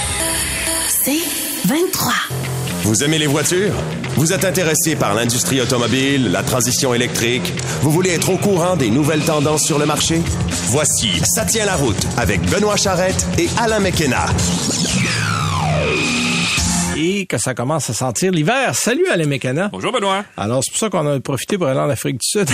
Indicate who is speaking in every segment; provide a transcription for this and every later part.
Speaker 1: C'est 23.
Speaker 2: Vous aimez les voitures? Vous êtes intéressé par l'industrie automobile, la transition électrique? Vous voulez être au courant des nouvelles tendances sur le marché? Voici Ça tient la route avec Benoît Charette et Alain McKenna.
Speaker 3: Et que ça commence à sentir l'hiver. Salut Alain McKenna.
Speaker 4: Bonjour Benoît.
Speaker 3: Alors, c'est pour ça qu'on a profité pour aller en Afrique du Sud.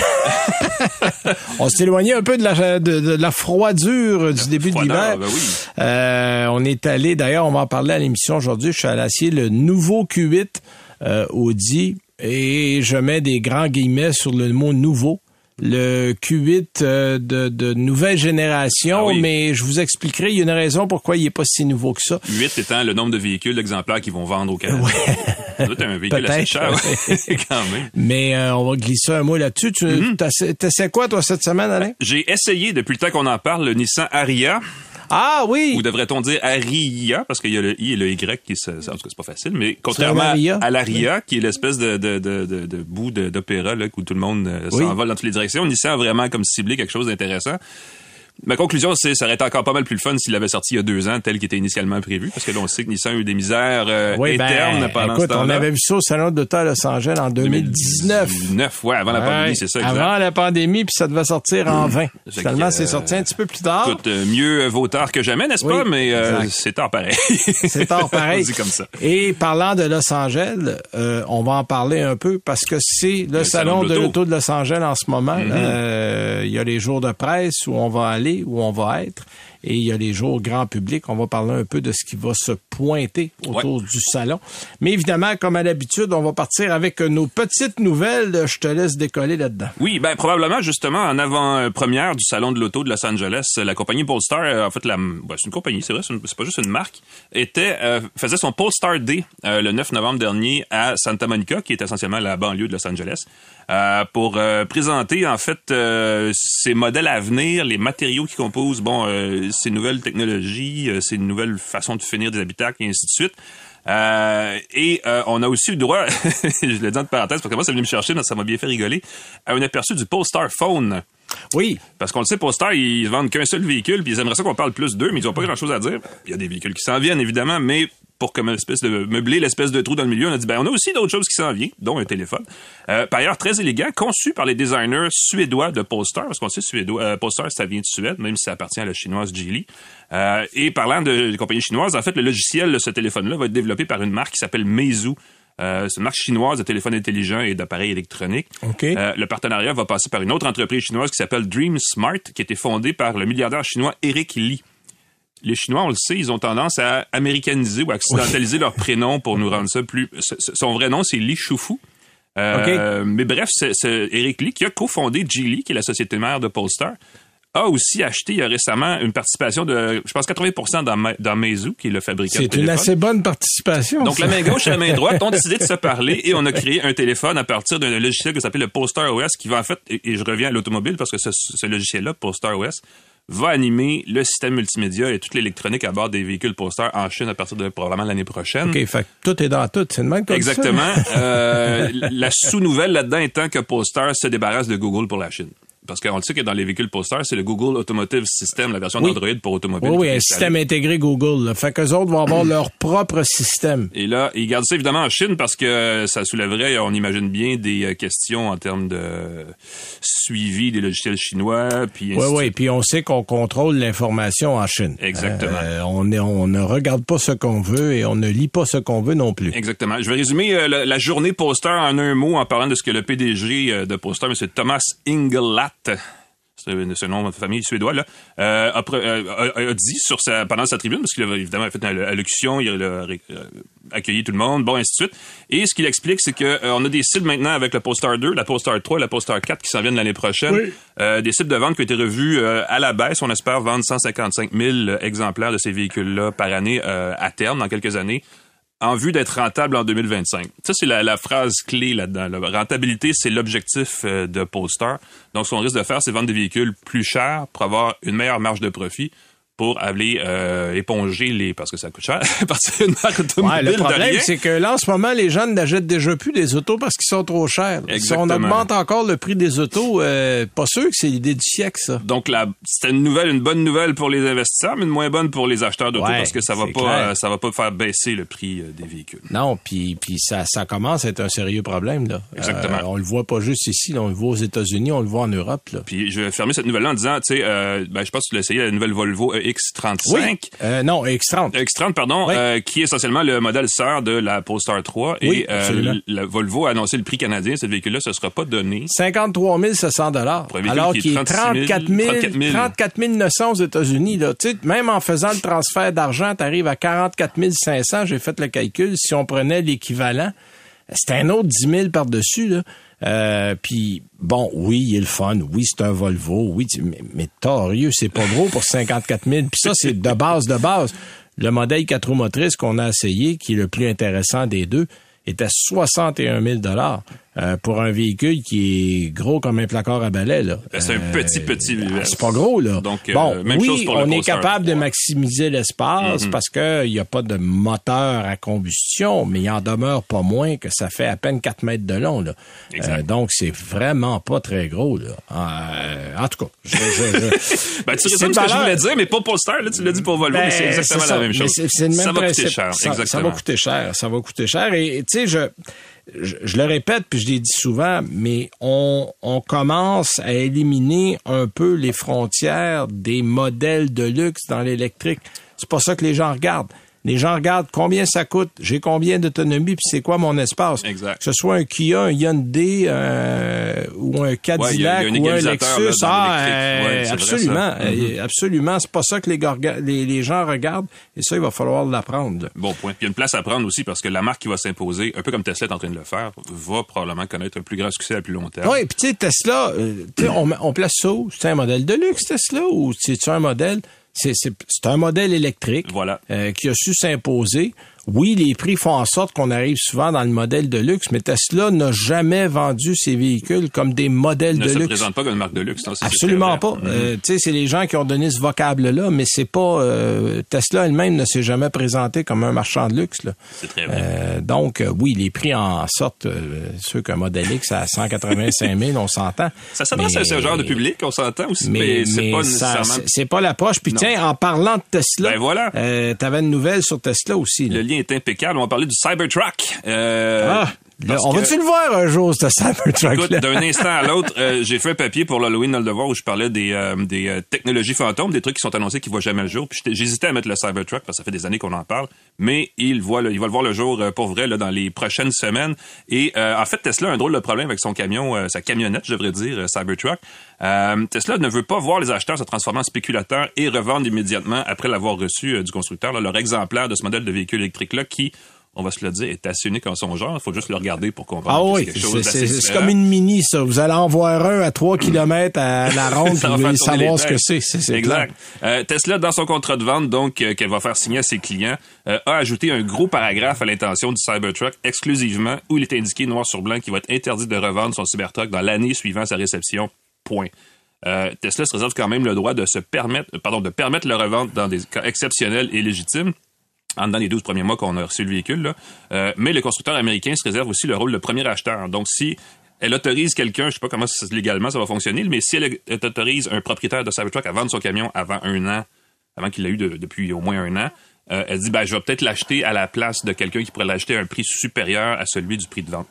Speaker 3: On s'est éloigné un peu de la froidure du début de l'hiver.
Speaker 4: Ben oui.
Speaker 3: On est allé, d'ailleurs, on va en parler à l'émission aujourd'hui, je suis allé essayer le nouveau Q8 Audi et je mets des grands guillemets sur le mot « nouveau ». Le Q8 de nouvelle génération, mais je vous expliquerai, il y a une raison pourquoi il n'est pas si nouveau que ça.
Speaker 4: 8 étant le nombre de véhicules, d'exemplaires qu'ils vont vendre au Canada. C'est un véhicule assez cher, quand même.
Speaker 3: Mais on va glisser un mot là-dessus. T'essaies quoi, toi, cette semaine, Alain?
Speaker 4: J'ai essayé, depuis le temps qu'on en parle, le Nissan Ariya.
Speaker 3: Ah oui!
Speaker 4: Ou devrait-on dire Ariya, parce qu'il y a le I et le Y qui en tout cas, c'est pas facile, mais contrairement à l'Ariya, qui est l'espèce de bout d'opéra, là, où tout le monde s'envole dans toutes les directions, Nissan a vraiment comme ciblé quelque chose d'intéressant. Ma conclusion, c'est ça aurait été encore pas mal plus le fun s'il l'avait sorti il y a 2 ans, tel qu'il était initialement prévu, parce que là, on sait que Nissan a eu des misères éternes pendant ce temps-là.
Speaker 3: On avait vu ça au Salon d'Auto à Los Angeles en 2019.
Speaker 4: Avant la pandémie, c'est ça, exact.
Speaker 3: Avant la pandémie, puis ça devait sortir en 20. Finalement, c'est sorti un petit peu plus tard.
Speaker 4: Écoute, mieux vaut tard que jamais, n'est-ce pas? Mais c'est tard pareil.
Speaker 3: C'est tard pareil.
Speaker 4: On dit comme ça.
Speaker 3: Et parlant de Los Angeles, on va en parler un peu, parce que c'est le Salon de l'Auto de Los Angeles en ce moment. Il y a les jours de presse où on va aller, où on va être, et il y a les jours grand public. On va parler un peu de ce qui va se pointer autour du salon. Mais évidemment, comme à l'habitude, on va partir avec nos petites nouvelles. Je te laisse décoller là-dedans.
Speaker 4: Oui, probablement, justement, en avant-première du Salon de l'Auto de Los Angeles, la compagnie Polestar, en fait, c'est une compagnie, c'est vrai, c'est pas juste une marque, faisait son Polestar Day le 9 novembre dernier à Santa Monica, qui est essentiellement la banlieue de Los Angeles, pour présenter, en fait, ses modèles à venir, les matériaux qui composent, ces nouvelles technologies, ces nouvelles façons de finir des habitacles et ainsi de suite. On a aussi eu droit, je l'ai dit entre parenthèses parce que moi ça venu me chercher, mais ça m'a bien fait rigoler, à un aperçu du Polestar Phone.
Speaker 3: Oui.
Speaker 4: Parce qu'on le sait, Polestar, ils vendent qu'un seul véhicule, puis ils aimeraient ça qu'on parle plus d'eux, mais ils ont pas grand-chose à dire. Il y a des véhicules qui s'en viennent, évidemment, mais pour comme une espèce de meubler l'espèce de trou dans le milieu, on a dit, on a aussi d'autres choses qui s'en viennent, dont un téléphone. Par ailleurs, très élégant, conçu par les designers suédois de Polestar, parce qu'on sait, Polestar, ça vient de Suède, même si ça appartient à la chinoise Geely. Et parlant de compagnies chinoises, en fait, le logiciel de ce téléphone-là va être développé par une marque qui s'appelle Meizu. C'est une marque chinoise de téléphones intelligents et d'appareils électroniques.
Speaker 3: Okay.
Speaker 4: Le partenariat va passer par une autre entreprise chinoise qui s'appelle Dream Smart, qui a été fondée par le milliardaire chinois Eric Li. Les Chinois, on le sait, ils ont tendance à américaniser ou à occidentaliser leur prénom pour nous rendre ça plus... Son vrai nom, c'est Li Shufu. Mais bref, c'est Eric Li qui a cofondé Geely, qui est la société mère de Polestar, a aussi acheté il y a récemment une participation de, je pense, 80% dans Meizu, qui est le fabricant de téléphone.
Speaker 3: C'est une assez bonne participation.
Speaker 4: Donc, la main gauche et la main droite ont décidé de se parler et on a créé un téléphone à partir d'un logiciel qui s'appelle le Polestar OS, qui va en fait, et je reviens à l'automobile parce que ce logiciel-là, Polestar OS, va animer le système multimédia et toute l'électronique à bord des véhicules Polestar en Chine à partir de probablement l'année prochaine.
Speaker 3: OK, fait que tout est dans tout, c'est le même comme
Speaker 4: exactement. La sous-nouvelle là-dedans étant que Polestar se débarrasse de Google pour la Chine. Parce qu'on le sait que dans les véhicules Polestar, c'est le Google Automotive System, la version d'Android pour automobile.
Speaker 3: Oui, un système intégré Google. Là. Fait qu'eux autres vont avoir leur propre système.
Speaker 4: Et là, ils gardent ça évidemment en Chine parce que ça soulèverait, on imagine bien, des questions en termes de suivi des logiciels chinois.
Speaker 3: Oui, puis on sait qu'on contrôle l'information en Chine.
Speaker 4: Exactement.
Speaker 3: On ne regarde pas ce qu'on veut et on ne lit pas ce qu'on veut non plus.
Speaker 4: Exactement. Je vais résumer la journée Polestar en un mot en parlant de ce que le PDG de Polestar, M. Thomas Ingenlath, c'est un nom de famille suédois, là, a dit pendant sa tribune, parce qu'il a évidemment fait une allocution, il a accueilli tout le monde, ainsi de suite. Et ce qu'il explique, c'est qu'on a des cibles maintenant avec le Polestar 2, la Polestar 3 et la Polestar 4 qui s'en viennent l'année prochaine. Oui. Des cibles de vente qui ont été revues à la baisse. On espère vendre 155 000 exemplaires de ces véhicules-là par année à terme, dans quelques années, en vue d'être rentable en 2025. Ça, c'est la phrase clé là-dedans. La rentabilité, c'est l'objectif de Polestar. Donc, ce qu'on risque de faire, c'est vendre des véhicules plus chers pour avoir une meilleure marge de profit pour aller éponger parce que ça coûte cher, parce que une marque automobile
Speaker 3: le problème, c'est que là, en ce moment, les gens n'achètent déjà plus des autos parce qu'ils sont trop chers.
Speaker 4: Exactement.
Speaker 3: Si on augmente encore le prix des autos, pas sûr que c'est l'idée du siècle, ça.
Speaker 4: Donc, c'était une bonne nouvelle pour les investisseurs, mais une moins bonne pour les acheteurs d'autos parce que ça va pas faire baisser le prix des véhicules.
Speaker 3: Non, puis ça commence à être un sérieux problème, là.
Speaker 4: Exactement.
Speaker 3: On le voit pas juste ici, là, on le voit aux États-Unis, on le voit en Europe, là.
Speaker 4: Puis, je vais fermer cette nouvelle-là en disant, tu sais, je pense que tu l'as essayé, la nouvelle Volvo EX35.
Speaker 3: Oui. Non, EX30.
Speaker 4: EX30, pardon, oui. Qui est essentiellement le modèle sœur de la Polestar 3.
Speaker 3: Oui,
Speaker 4: et la Volvo a annoncé le prix canadien de ce véhicule-là, ce sera pas donné.
Speaker 3: 53 700 $. Alors qu'il est 34 900 aux États-Unis, là. Tu sais, même en faisant le transfert d'argent, t'arrives à 44 500. J'ai fait le calcul. Si on prenait l'équivalent, c'était un autre 10 000 par-dessus, là. Puis, bon, oui, il est le fun. Oui, c'est un Volvo. Oui, mais torieux, c'est pas gros pour 54 000. Puis ça, c'est de base. Le modèle 4 roues motrices qu'on a essayé, qui est le plus intéressant des deux, était 61 000 $ pour un véhicule qui est gros comme un placard à balai, là.
Speaker 4: C'est un petit
Speaker 3: c'est pas gros, là.
Speaker 4: Donc,
Speaker 3: bon,
Speaker 4: même chose pour
Speaker 3: on est capable de maximiser l'espace parce que il y a pas de moteur à combustion, mais il en demeure pas moins que ça fait à peine 4 mètres de long, là. Donc, c'est vraiment pas très gros, là. En tout cas,
Speaker 4: tu résumes ce que je voulais dire, mais pas Polestar, là, tu l'as dit pour Volvo, mais c'est exactement la même chose.
Speaker 3: C'est le même principe.
Speaker 4: Ça va coûter cher,
Speaker 3: Ça va coûter cher. Et tu sais, je le répète, puis je l'ai dit souvent, mais on commence à éliminer un peu les frontières des modèles de luxe dans l'électrique. C'est pas ça que les gens regardent. Les gens regardent combien ça coûte, j'ai combien d'autonomie, puis c'est quoi mon espace.
Speaker 4: Exact.
Speaker 3: Que ce soit un Kia, un Hyundai ou un Cadillac ou un Lexus. Absolument. Absolument. C'est pas ça que les gens regardent. Et ça, il va falloir l'apprendre. Là.
Speaker 4: Bon point. Puis il y a une place à prendre aussi parce que la marque qui va s'imposer, un peu comme Tesla est en train de le faire, va probablement connaître un plus grand succès à plus long terme.
Speaker 3: Oui, puis tu sais, Tesla, on place ça où? C'est un modèle de luxe, Tesla, ou c'est un modèle... C'est un modèle électrique qui a su s'imposer. Oui, les prix font en sorte qu'on arrive souvent dans le modèle de luxe, mais Tesla n'a jamais vendu ses véhicules comme des modèles de luxe.
Speaker 4: Ne se présente pas comme une marque de luxe. Non,
Speaker 3: absolument pas. Tu sais, c'est les gens qui ont donné ce vocable-là, mais c'est pas... Tesla elle-même ne s'est jamais présenté comme un marchand de luxe. Là.
Speaker 4: C'est très vrai.
Speaker 3: Donc, oui, les prix en sortent, sûr qu'un modèle X à 185 000, on s'entend.
Speaker 4: Ça s'adresse à ce genre de public, on s'entend aussi, mais c'est pas nécessairement...
Speaker 3: C'est pas la poche. Puis tiens, en parlant de Tesla, t'avais une nouvelle sur Tesla aussi.
Speaker 4: Là. Le lien est impeccable. On va parler du Cybertruck.
Speaker 3: On va-tu le voir un jour, ce Cybertruck-là?
Speaker 4: Écoute, d'un instant à l'autre, j'ai fait un papier pour l'Halloween dans le Devoir où je parlais des technologies fantômes, des trucs qui sont annoncés qui voient jamais le jour. Puis j'hésitais à mettre le Cybertruck parce que ça fait des années qu'on en parle. Mais il va le voir le jour pour vrai là, dans les prochaines semaines. Et en fait, Tesla a un drôle de problème avec son camion, sa camionnette, je devrais dire, Cybertruck. Tesla ne veut pas voir les acheteurs se transformer en spéculateurs et revendre immédiatement après l'avoir reçu du constructeur là, leur exemplaire de ce modèle de véhicule électrique-là qui, on va se le dire, est assez unique en son genre. Il faut juste le regarder pour comprendre que c'est quelque chose d'assez différent.
Speaker 3: C'est comme une mini, ça. Vous allez en voir un à 3 km à la ronde puis vous allez savoir ce que c'est.
Speaker 4: Exact. Tesla, dans son contrat de vente, donc, qu'elle va faire signer à ses clients, a ajouté un gros paragraphe à l'intention du Cybertruck exclusivement où il est indiqué noir sur blanc qu'il va être interdit de revendre son Cybertruck dans l'année suivant sa réception. Point. Tesla se réserve quand même le droit de permettre la revente dans des cas exceptionnels et légitimes dans les 12 premiers mois qu'on a reçu le véhicule. Là. Mais le constructeur américain se réserve aussi le rôle de premier acheteur. Donc, si elle autorise quelqu'un, je sais pas comment légalement ça va fonctionner, mais si elle autorise un propriétaire de Cybertruck à vendre son camion avant un an, avant qu'il l'ait eu depuis au moins un an, elle dit, je vais peut-être l'acheter à la place de quelqu'un qui pourrait l'acheter à un prix supérieur à celui du prix de vente.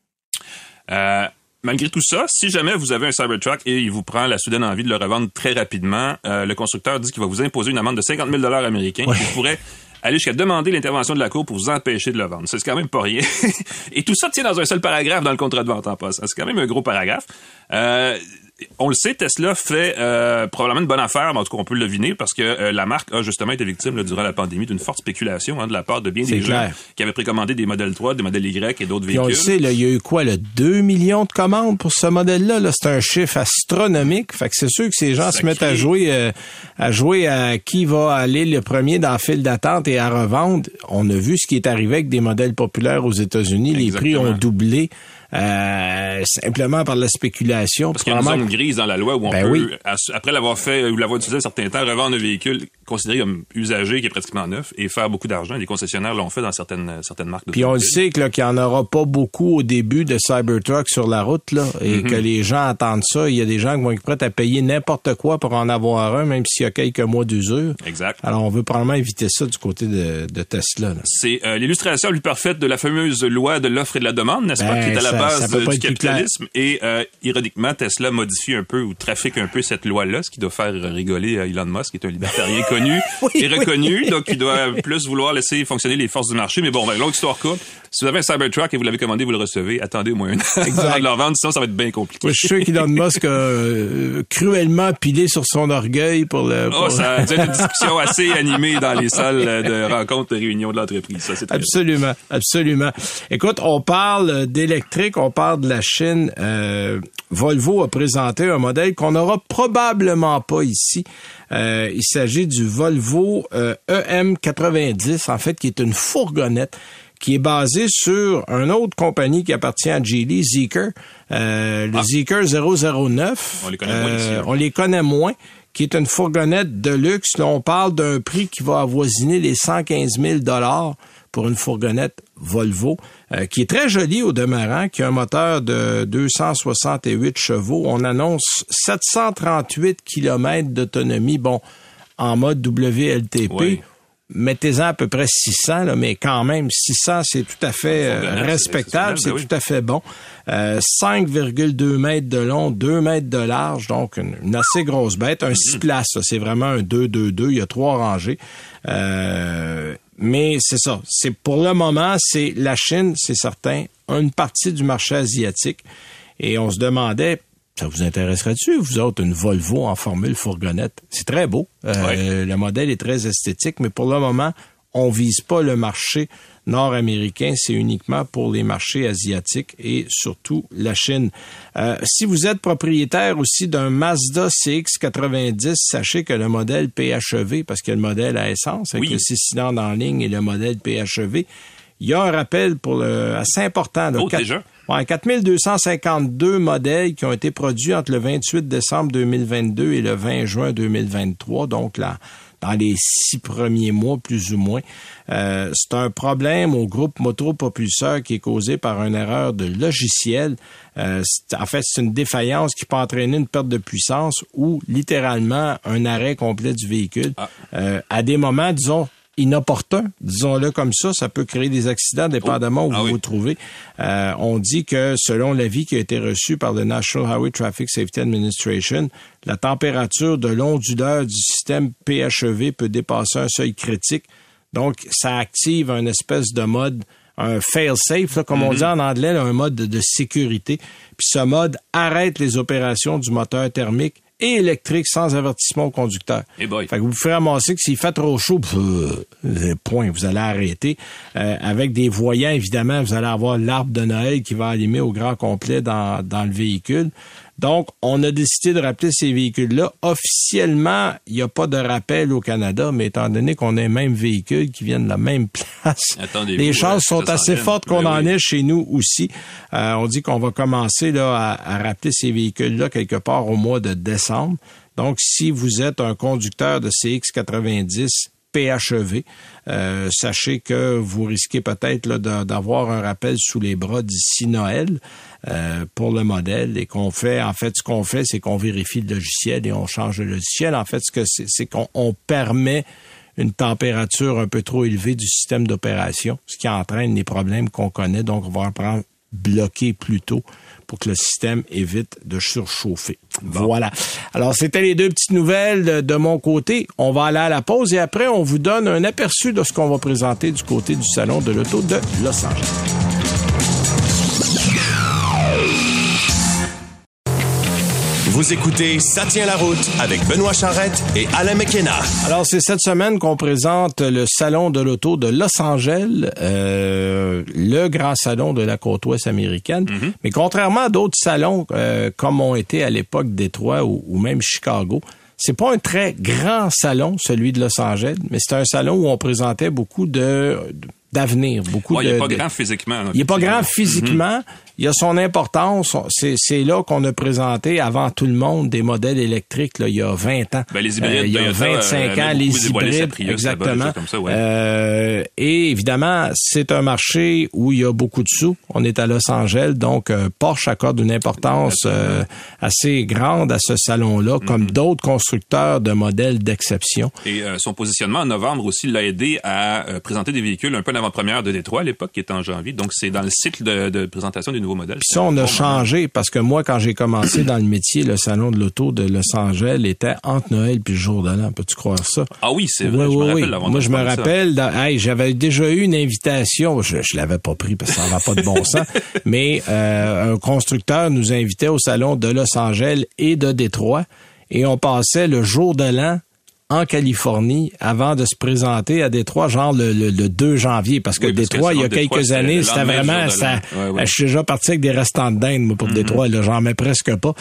Speaker 4: Malgré tout ça, si jamais vous avez un Cybertruck et il vous prend la soudaine envie de le revendre très rapidement, le constructeur dit qu'il va vous imposer une amende de 50 000 $ américains. Vous pourrez aller jusqu'à demander l'intervention de la Cour pour vous empêcher de le vendre. C'est quand même pas rien. Et tout ça tient dans un seul paragraphe dans le contrat de vente en passant. C'est quand même un gros paragraphe. On le sait, Tesla fait probablement une bonne affaire, mais en tout cas, on peut le deviner, parce que la marque a justement été victime durant la pandémie d'une forte spéculation de la part de bien des gens qui avaient précommandé des modèles 3, des modèles Y et d'autres véhicules.
Speaker 3: On le sait, il y a eu quoi, 2 millions de commandes pour ce modèle-là? Là, c'est un chiffre astronomique. Fait que c'est sûr que ces gens se mettent à jouer à qui va aller le premier dans le fil d'attente et à revendre. On a vu ce qui est arrivé avec des modèles populaires aux États-Unis. Les prix ont doublé. simplement par la spéculation.
Speaker 4: Parce qu'il y a une zone grise dans la loi où on peut,
Speaker 3: oui.
Speaker 4: Après l'avoir fait ou l'avoir utilisé un certain temps, revendre un véhicule considéré comme usagé qui est pratiquement neuf et faire beaucoup d'argent. Les concessionnaires l'ont fait dans certaines marques de
Speaker 3: Puis on le sait qu'il n'y en aura pas beaucoup au début de Cybertruck sur la route, là, et que les gens attendent ça. Il y a des gens qui vont être prêts à payer n'importe quoi pour en avoir un, même s'il y a quelques mois d'usure.
Speaker 4: Exact.
Speaker 3: Alors on veut probablement éviter ça du côté de Tesla. Là.
Speaker 4: C'est l'illustration la plus parfaite de la fameuse loi de l'offre et de la demande, n'est-ce pas, qui est à la base du capitalisme. Et ironiquement, Tesla modifie un peu ou trafique un peu cette loi-là, ce qui doit faire rigoler Elon Musk, qui est un libertarien connu et reconnu, donc il doit plus vouloir laisser fonctionner les forces du marché. Mais bon, longue histoire courte. Si vous avez un Cybertruck et vous l'avez commandé, vous le recevez, attendez au moins un an avant de le revendre, sinon ça va être bien compliqué.
Speaker 3: Je suis sûr qu'Elon Musk a cruellement pilé sur son orgueil pour le...
Speaker 4: ça a été une discussion assez animée dans les salles de rencontres, de réunions de l'entreprise. Ça, c'est
Speaker 3: absolument, absolument. Écoute, on parle d'électrique, on parle de la Chine. Volvo a présenté un modèle qu'on n'aura probablement pas ici. Il s'agit du Volvo EM90, en fait, qui est une fourgonnette qui est basée sur une autre compagnie qui appartient à Geely, Zeekr, Zeekr 009.
Speaker 4: On les connaît moins ici.
Speaker 3: On les connaît moins, qui est une fourgonnette de luxe. Là, on parle d'un prix qui va avoisiner les 115 000 $ pour une fourgonnette Volvo, qui est très jolie au demeurant, qui a un moteur de 268 chevaux. On annonce 738 km d'autonomie, bon, en mode WLTP. Oui. Mettez-en à peu près 600, là, mais quand même, 600, c'est tout à fait respectable, c'est tout à fait bon. 5,2 mètres de long, 2 mètres de large, donc une assez grosse bête. Un 6 places, ça, c'est vraiment un 2-2-2, il y a 3 rangées. Mais c'est ça, c'est pour le moment, c'est la Chine, c'est certain, une partie du marché asiatique. Et on se demandait, ça vous intéresserait-tu, vous autres, une Volvo en formule fourgonnette? C'est très beau. Le modèle est très esthétique, mais pour le moment, on vise pas le marché nord-américain. C'est uniquement pour les marchés asiatiques et surtout la Chine. Si vous êtes propriétaire aussi d'un Mazda CX-90, sachez que le modèle PHEV, parce qu'il y a le modèle à essence, avec le 6 cylindres en ligne et le modèle PHEV, il y a un rappel assez important. Là,
Speaker 4: déjà?
Speaker 3: 4252 modèles qui ont été produits entre le 28 décembre 2022 et le 20 juin 2023, donc là, dans les 6 premiers mois, plus ou moins. C'est un problème au groupe motopropulseur qui est causé par une erreur de logiciel. En fait, c'est une défaillance qui peut entraîner une perte de puissance ou littéralement un arrêt complet du véhicule. À des moments, disons, inopportun, disons-le comme ça peut créer des accidents dépendamment où vous vous trouvez. On dit que selon l'avis qui a été reçu par le National Highway Traffic Safety Administration, la température de l'onduleur du système PHEV peut dépasser un seuil critique. Donc, ça active un espèce de mode, un fail-safe, comme on dit en anglais, là, un mode de sécurité. Puis ce mode arrête les opérations du moteur thermique et électrique sans avertissement au conducteur. Fait que vous pouvez ramasser que s'il fait trop chaud, point, vous allez arrêter. Avec des voyants, évidemment, vous allez avoir l'arbre de Noël qui va allumer au grand complet dans le véhicule. Donc, on a décidé de rappeler ces véhicules-là. Officiellement, il n'y a pas de rappel au Canada, mais étant donné qu'on a les mêmes véhicules qui viennent de la même place, les chances sont assez fortes qu'on en ait chez nous aussi. On dit qu'on va commencer là à rappeler ces véhicules-là quelque part au mois de décembre. Donc, si vous êtes un conducteur de CX-90 PHEV, sachez que vous risquez peut-être là, d'avoir un rappel sous les bras d'ici Noël pour le modèle et ce qu'on fait, c'est qu'on vérifie le logiciel et on change le logiciel. En fait, c'est qu'on permet une température un peu trop élevée du système d'opération, ce qui entraîne les problèmes qu'on connaît. Donc, on va en bloquer plus tôt pour que le système évite de surchauffer. Bon. Voilà. Alors, c'était les deux petites nouvelles de mon côté. On va aller à la pause et après, on vous donne un aperçu de ce qu'on va présenter du côté du Salon de l'Auto de Los Angeles.
Speaker 2: Vous écoutez Ça tient la route avec Benoît Charrette et Alain McKenna.
Speaker 3: Alors, c'est cette semaine qu'on présente le Salon de l'Auto de Los Angeles, le grand salon de la côte ouest américaine. Mais contrairement à d'autres salons, comme ont été à l'époque Détroit ou même Chicago, c'est pas un très grand salon, celui de Los Angeles, mais c'est un salon où on présentait beaucoup d'avenir.
Speaker 4: Il n'est pas grand physiquement.
Speaker 3: Il n'est pas grand physiquement. Il a son importance. C'est là qu'on a présenté avant tout le monde des modèles électriques là, il y a 20 ans.
Speaker 4: Les hybrides,
Speaker 3: il y a 25 ans, les hybrides, exactement. Comme ça, et évidemment, c'est un marché où il y a beaucoup de sous. On est à Los Angeles, donc Porsche accorde une importance assez grande à ce salon-là, comme d'autres constructeurs de modèles d'exception.
Speaker 4: Et son positionnement en novembre aussi l'a aidé à présenter des véhicules un peu en avant-première de Détroit à l'époque, qui était en janvier. Donc, c'est dans le cycle de présentation des nouveaux modèles.
Speaker 3: Puis ça, on a changé parce que moi, quand j'ai commencé dans le métier, le salon de l'auto de Los Angeles était entre Noël puis le jour de l'an. Peux-tu croire ça?
Speaker 4: Ah oui, c'est vrai. Je me rappelle
Speaker 3: Moi, je me rappelle, j'avais déjà eu une invitation. Je l'avais pas pris parce que ça n'en va pas de bon sens. Mais un constructeur nous invitait au salon de Los Angeles et de Détroit. Et on passait le jour de l'an en Californie avant de se présenter à Détroit, genre le 2 janvier, parce que Détroit, il y a quelques années, c'était vraiment ça. Je suis déjà parti avec des restants de dinde, moi, pour Détroit, là, j'en mets presque pas.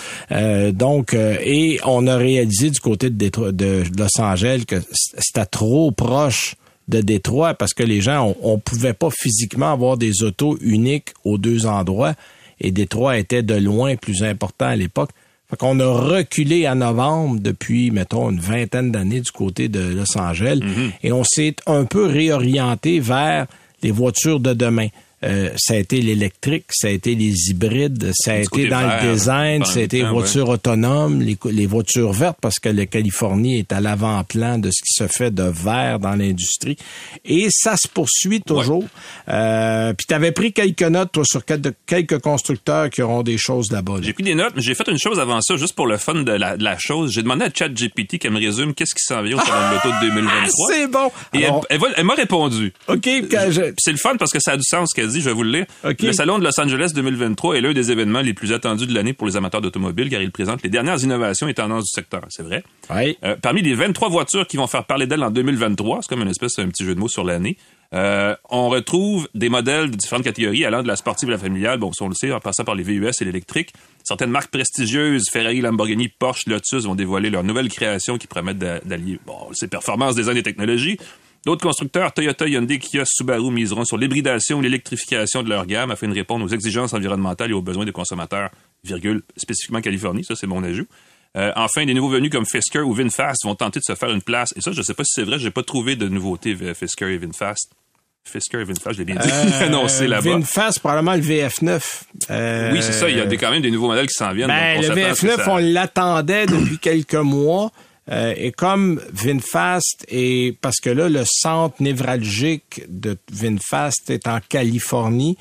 Speaker 3: Et on a réalisé du côté de Détroit, de Los Angeles, que c'était trop proche de Détroit, parce que les gens, on pouvait pas physiquement avoir des autos uniques aux deux endroits, et Détroit était de loin plus important à l'époque. Fait qu'on a reculé à novembre depuis, mettons, une vingtaine d'années du côté de Los Angeles et on s'est un peu réorienté vers les voitures de demain. Ça a été l'électrique, ça a été les hybrides, ça a été dans le design, ça a été les voitures autonomes, les voitures vertes, parce que la Californie est à l'avant-plan de ce qui se fait de vert dans l'industrie. Et ça se poursuit toujours. Puis t'avais pris quelques notes, toi, sur quelques constructeurs qui auront des choses là-bas.
Speaker 4: J'ai pris des notes, mais j'ai fait une chose avant ça, juste pour le fun de la chose. J'ai demandé à ChatGPT qu'elle me résume qu'est-ce qui s'en vient au salon de l'auto de 2023.
Speaker 3: C'est bon!
Speaker 4: Et alors, elle m'a répondu.
Speaker 3: OK.
Speaker 4: C'est le fun parce que ça a du sens ce qu'elle dit. Je vais vous le lire. Okay. Le Salon de Los Angeles 2023 est l'un des événements les plus attendus de l'année pour les amateurs d'automobiles car il présente les dernières innovations et tendances du secteur. C'est vrai.
Speaker 3: Oui.
Speaker 4: Parmi les 23 voitures qui vont faire parler d'elles en 2023, c'est comme un petit jeu de mots sur l'année, on retrouve des modèles de différentes catégories allant de la sportive à la familiale, bon, on le sait, en passant par les VUS et l'électrique. Certaines marques prestigieuses, Ferrari, Lamborghini, Porsche, Lotus, vont dévoiler leurs nouvelles créations qui promettent d'allier ces performances, design et technologie. D'autres constructeurs, Toyota, Hyundai, Kia, Subaru, miseront sur l'hybridation ou l'électrification de leur gamme afin de répondre aux exigences environnementales et aux besoins des consommateurs, spécifiquement Californie, ça c'est mon ajout. Enfin, des nouveaux venus comme Fisker ou VinFast vont tenter de se faire une place. Et ça, je sais pas si c'est vrai, j'ai pas trouvé de nouveautés Fisker et VinFast. Fisker et VinFast, je l'ai bien dit, annoncé là-bas.
Speaker 3: VinFast, probablement le VF9.
Speaker 4: Oui, c'est ça, il y a quand même des nouveaux modèles qui s'en viennent.
Speaker 3: Le VF9, on l'attendait depuis quelques mois. Et comme VinFast parce que là, le centre névralgique de VinFast est en Californie.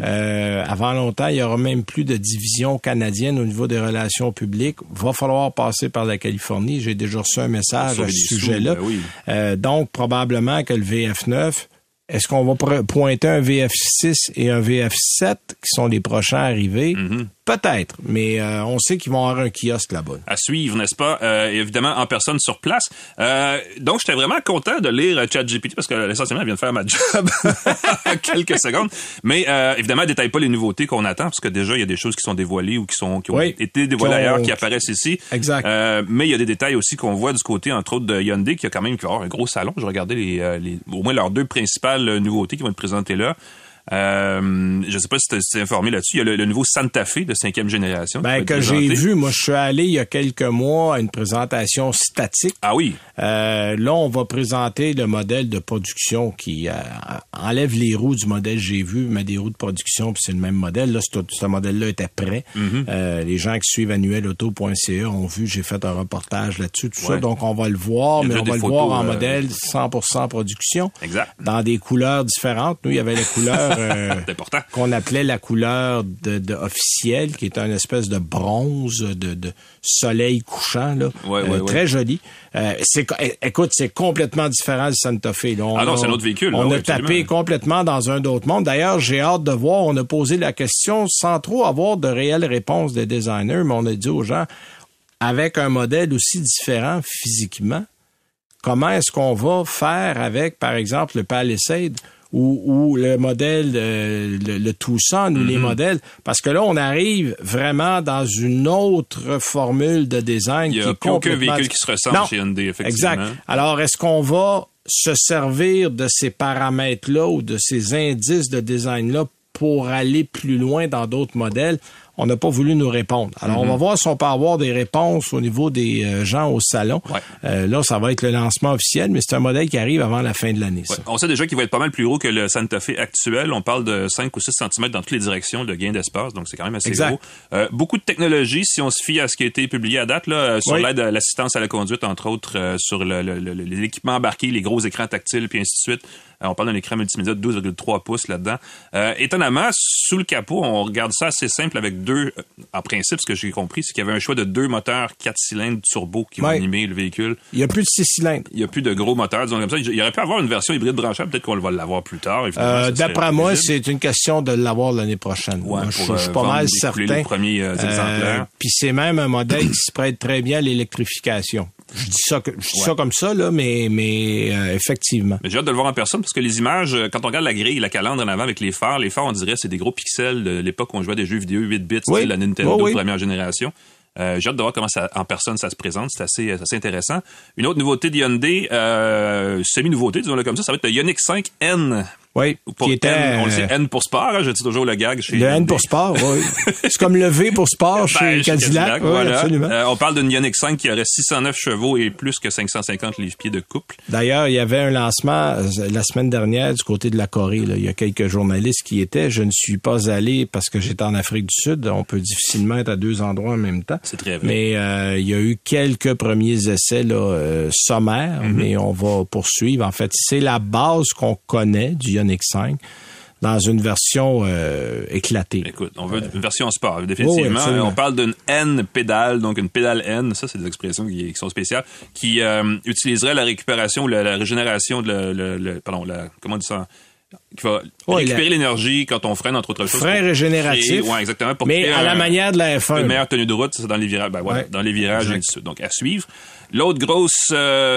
Speaker 3: Avant longtemps, il y aura même plus de division canadienne au niveau des relations publiques. Va falloir passer par la Californie. J'ai déjà reçu un message à ce sujet-là. Donc, probablement que le VF9, est-ce qu'on va pointer un VF6 et un VF7 qui sont les prochains arrivés? Peut-être, mais on sait qu'ils vont avoir un kiosque là-bas.
Speaker 4: À suivre, n'est-ce pas? Évidemment, en personne sur place. Donc, j'étais vraiment content de lire ChatGPT parce que essentiellement, elle vient de faire ma job en quelques secondes. Mais évidemment, elle détaille pas les nouveautés qu'on attend parce que déjà, il y a des choses qui sont dévoilées ou qui ont été dévoilées ailleurs, qui apparaissent ici.
Speaker 3: Exact.
Speaker 4: Mais il y a des détails aussi qu'on voit du côté, entre autres, de Hyundai qui va avoir un gros salon. Je regardais au moins leurs deux principales nouveautés qui vont être présentées là. Je sais pas si tu t'es informé là-dessus. Il y a le nouveau Santa Fe de 5e génération.
Speaker 3: Que j'ai vu. Moi, je suis allé il y a quelques mois à une présentation statique.
Speaker 4: Ah oui.
Speaker 3: Là, on va présenter le modèle de production qui enlève les roues du modèle j'ai vu, met des roues de production, puis c'est le même modèle. Là, ce modèle-là était prêt. Les gens qui suivent annuelauto.ca ont vu, j'ai fait un reportage là-dessus, tout ça. Donc, on va le voir, mais on va le voir en modèle 100% production.
Speaker 4: Exact.
Speaker 3: Dans des couleurs différentes. Nous, il y avait la couleur qu'on appelait la couleur de officielle, qui est une espèce de bronze de soleil couchant, là. Très joli. Écoute, c'est complètement différent du Santa Fe. Là,
Speaker 4: c'est un autre véhicule.
Speaker 3: On a tapé complètement dans un autre monde. D'ailleurs, j'ai hâte de voir. On a posé la question sans trop avoir de réelles réponses des designers, mais on a dit aux gens, avec un modèle aussi différent physiquement, comment est-ce qu'on va faire avec, par exemple, le Palisade ou le modèle, le Tucson, ou les modèles, parce que là, on arrive vraiment dans une autre formule de design.
Speaker 4: Il n'y a aucun véhicule qui se ressemble chez Hyundai, effectivement.
Speaker 3: Exact. Alors, est-ce qu'on va se servir de ces paramètres-là ou de ces indices de design-là pour aller plus loin dans d'autres modèles, on n'a pas voulu nous répondre. Alors, on va voir si on peut avoir des réponses au niveau des gens au salon. Ouais. Là, ça va être le lancement officiel, mais c'est un modèle qui arrive avant la fin de l'année.
Speaker 4: Ouais. On sait déjà qu'il va être pas mal plus gros que le Santa Fe actuel. On parle de 5 ou 6 cm dans toutes les directions de gain d'espace, donc c'est quand même assez gros. Beaucoup de technologies, si on se fie à ce qui a été publié à date, là, sur l'aide à l'assistance à la conduite, entre autres, sur l'équipement embarqué, les gros écrans tactiles, puis ainsi de suite. On parle d'un écran multimédia de 12,3 pouces là-dedans. Étonnamment, sous le capot, on regarde ça assez simple avec deux, en principe, ce que j'ai compris, c'est qu'il y avait un choix de 2 moteurs 4 cylindres turbo qui vont animer le véhicule.
Speaker 3: Il n'y a plus de 6 cylindres.
Speaker 4: Il n'y a plus de gros moteurs, disons comme ça. Il y aurait pu avoir une version hybride branchable, peut-être qu'on va l'avoir plus tard.
Speaker 3: D'après moi, c'est une question de l'avoir l'année prochaine.
Speaker 4: Ouais,
Speaker 3: je suis pas mal certain.
Speaker 4: Les premiers exemplaires.
Speaker 3: Puis c'est même un modèle qui se prête très bien à l'électrification. Je dis ça comme ça, là, mais effectivement.
Speaker 4: Mais j'ai hâte de le voir en personne parce que les images, quand on regarde la grille, la calandre en avant avec les phares, on dirait c'est des gros pixels de l'époque où on jouait à des jeux vidéo 8 bits, la Nintendo première génération. J'ai hâte de voir comment en personne ça se présente. C'est assez intéressant. Une autre nouveauté de Hyundai, semi-nouveauté, disons-le comme ça va être le Ioniq 5N.
Speaker 3: Oui,
Speaker 4: qui était N, on le sait, N pour sport, je dis toujours le gag chez
Speaker 3: le N pour sport, oui. C'est comme le V pour sport chez Cadillac. Oui,
Speaker 4: voilà.
Speaker 3: Absolument.
Speaker 4: On parle d'une Ioniq 5 qui aurait 609 chevaux et plus que 550 livres-pieds de couple.
Speaker 3: D'ailleurs, il y avait un lancement la semaine dernière du côté de la Corée. Là. Il y a quelques journalistes qui y étaient. Je ne suis pas allé parce que j'étais en Afrique du Sud. On peut difficilement être à 2 endroits en même temps.
Speaker 4: C'est très vrai.
Speaker 3: Mais il y a eu quelques premiers essais là, sommaires, mais on va poursuivre. En fait, c'est la base qu'on connaît du Ioniq 5. Dans une version éclatée.
Speaker 4: Écoute, on veut une version sport, définitivement. On parle d'une N-pédale, donc une pédale N, ça c'est des expressions qui sont spéciales, qui utiliserait la récupération ou la régénération de comment on dit ça? Qui va récupérer l'énergie quand on freine, entre autres choses.
Speaker 3: Frein régénératif.
Speaker 4: Oui, exactement.
Speaker 3: Mais à la manière de la F1.
Speaker 4: Une meilleure tenue de route, c'est dans les virages. Dans les virages, et ainsi de suite. Donc, à suivre. L'autre grosse,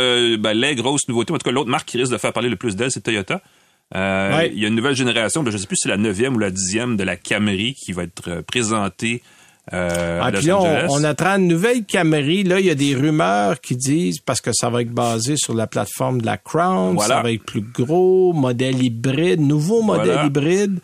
Speaker 4: les grosses nouveautés, en tout cas, l'autre marque qui risque de faire parler le plus d'elle, c'est Toyota. Il y a une nouvelle génération, je ne sais plus si c'est la 9e ou la 10e de la Camry qui va être présentée à Los Angeles.
Speaker 3: On attend une nouvelle Camry. Là, il y a des rumeurs qui disent, parce que ça va être basé sur la plateforme de la Crown, ça va être plus gros, modèle hybride, nouveau modèle hybride.